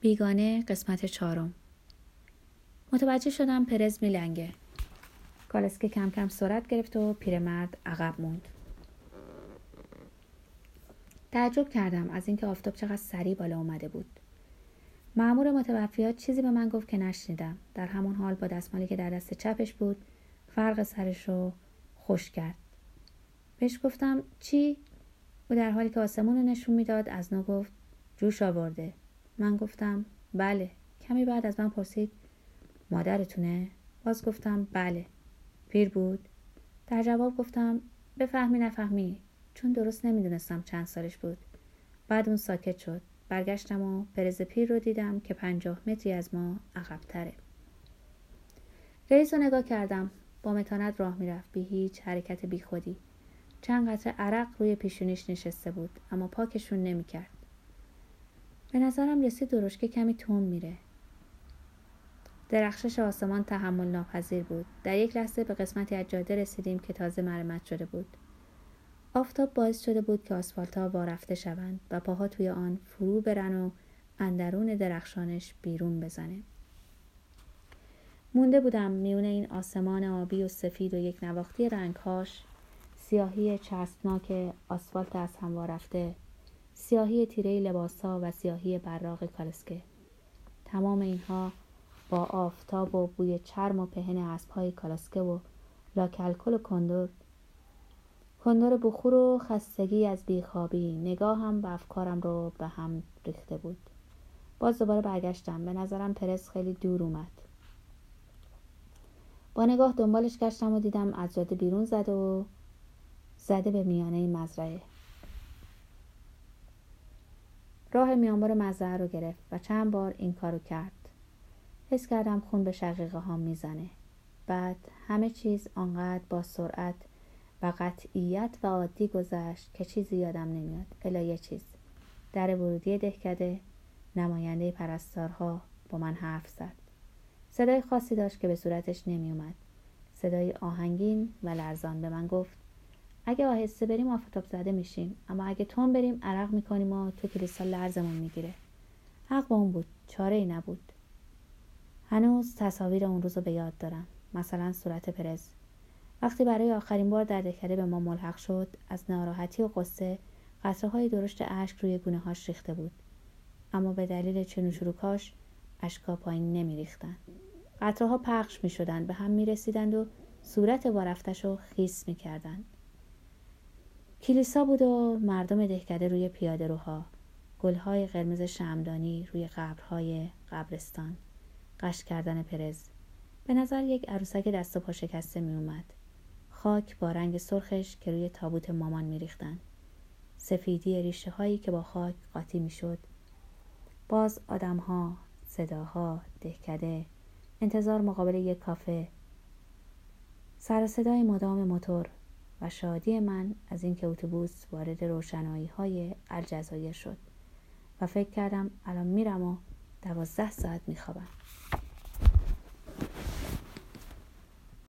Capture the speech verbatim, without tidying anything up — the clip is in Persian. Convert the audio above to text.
بیگانه قسمت چهارم. متوجه شدم پرز میلنگه. کالسکه کم کم سرعت گرفت و پیرمرد عقب موند. تعجب کردم از اینکه آفتاب چقدر سریع بالا اومده بود. مأمور متوفیات چیزی به من گفت که نشنیدم. در همون حال با دستمالی که در دست چپش بود فرق سرش رو خوش کرد. بهش گفتم چی؟ او در حالی که آسمون رو نشون میداد از نو گفت جوش آورده. من گفتم بله. کمی بعد از من پرسید مادرتونه؟ باز گفتم بله. پیر بود؟ در جواب گفتم بفهمی نفهمی، چون درست نمیدونستم چند سالش بود. بعد اون ساکت شد. برگشتم و پرز پیر رو دیدم که پنجاه متری از ما عقب‌تره. رئیس رو نگاه کردم. با متانت راه میرفت، بی هیچ حرکت بی خودی. چند قطره عرق روی پیشونیش نشسته بود اما پاکشون نمی‌کرد. به نظرم رسید درشکه کمی تند میره. درخشش آسمان تحمل ناپذیر بود. در یک لحظه به قسمتی از جاده رسیدیم که تازه مرمت شده بود. آفتاب باعث شده بود که آسفالت‌ها وارفته شوند و پاها توی آن فرو برن و اندرون درخشانش بیرون بزنه. مونده بودم میونه این آسمان آبی و سفید و یک نواختی رنگهاش، سیاهی چسبناک آسفالت از هم وارفته، سیاهی تیره لباسا و سیاهی براق کالسکه. تمام اینها با آفتاب و بوی چرم و پهن اسب‌های کالسکه و لاکلکل و کندور کندور بخور و خستگی از بیخوابی نگاهم و افکارم رو به هم ریخته بود. باز دوباره برگشتم. به نظرم پرز خیلی دور اومد. با نگاه دنبالش گشتم و دیدم از جاده بیرون زده و زده به میانه مزرعه. راه میانبر مزرعه رو گرفت و چند بار این کارو کرد. حس کردم خون به شقیقه ها میزنه. بعد همه چیز آنقدر با سرعت و قطعیت و عادی گذشت که چیزی یادم نمیاد الا یه چیز. در ورودی دهکده نماینده پرستارها با من حرف زد. صدای خاصی داشت که به صورتش نمیومد. صدای آهنگین و لرزان. به من گفت اگه آهسته بریم آفتاب زده میشیم، اما اگه تون بریم عرق میکنیم و تو کلیسا لرزمون میگیره. حق با اون بود. چاره ای نبود. هنوز تصاویر اون روز رو به یاد دارم. مثلا صورت پرز وقتی برای آخرین بار در دهکده به ما ملحق شد، از ناراحتی و غصه قطره‌های درشت اشک روی گونه‌هاش ریخته بود. اما به دلیل چنو چروکاش اشکا پایین نمی‌ریختن. قطره‌ها پخش می‌شدند، به هم می‌رسیدند و صورت وارفته‌شو خیس می‌کردند. کلیسا بود و مردم دهکده روی پیاده‌روها، گل‌های قرمز شمعدانی روی قبرهای قبرستان، قش کردن پرز. به نظر یک عروسک دست و پا شکسته می اومد. خاک با رنگ سرخش که روی تابوت مامان می ریختن. سفیدی ریشه هایی که با خاک قاطی می شد. باز آدم ها، صداها، دهکده، انتظار مقابل یک کافه، سر و صدای مدام موتور و شادی من از اینکه اتوبوس وارد روشنایی های الجزایر شد و فکر کردم الان میرم و دوازده ساعت می خوابم.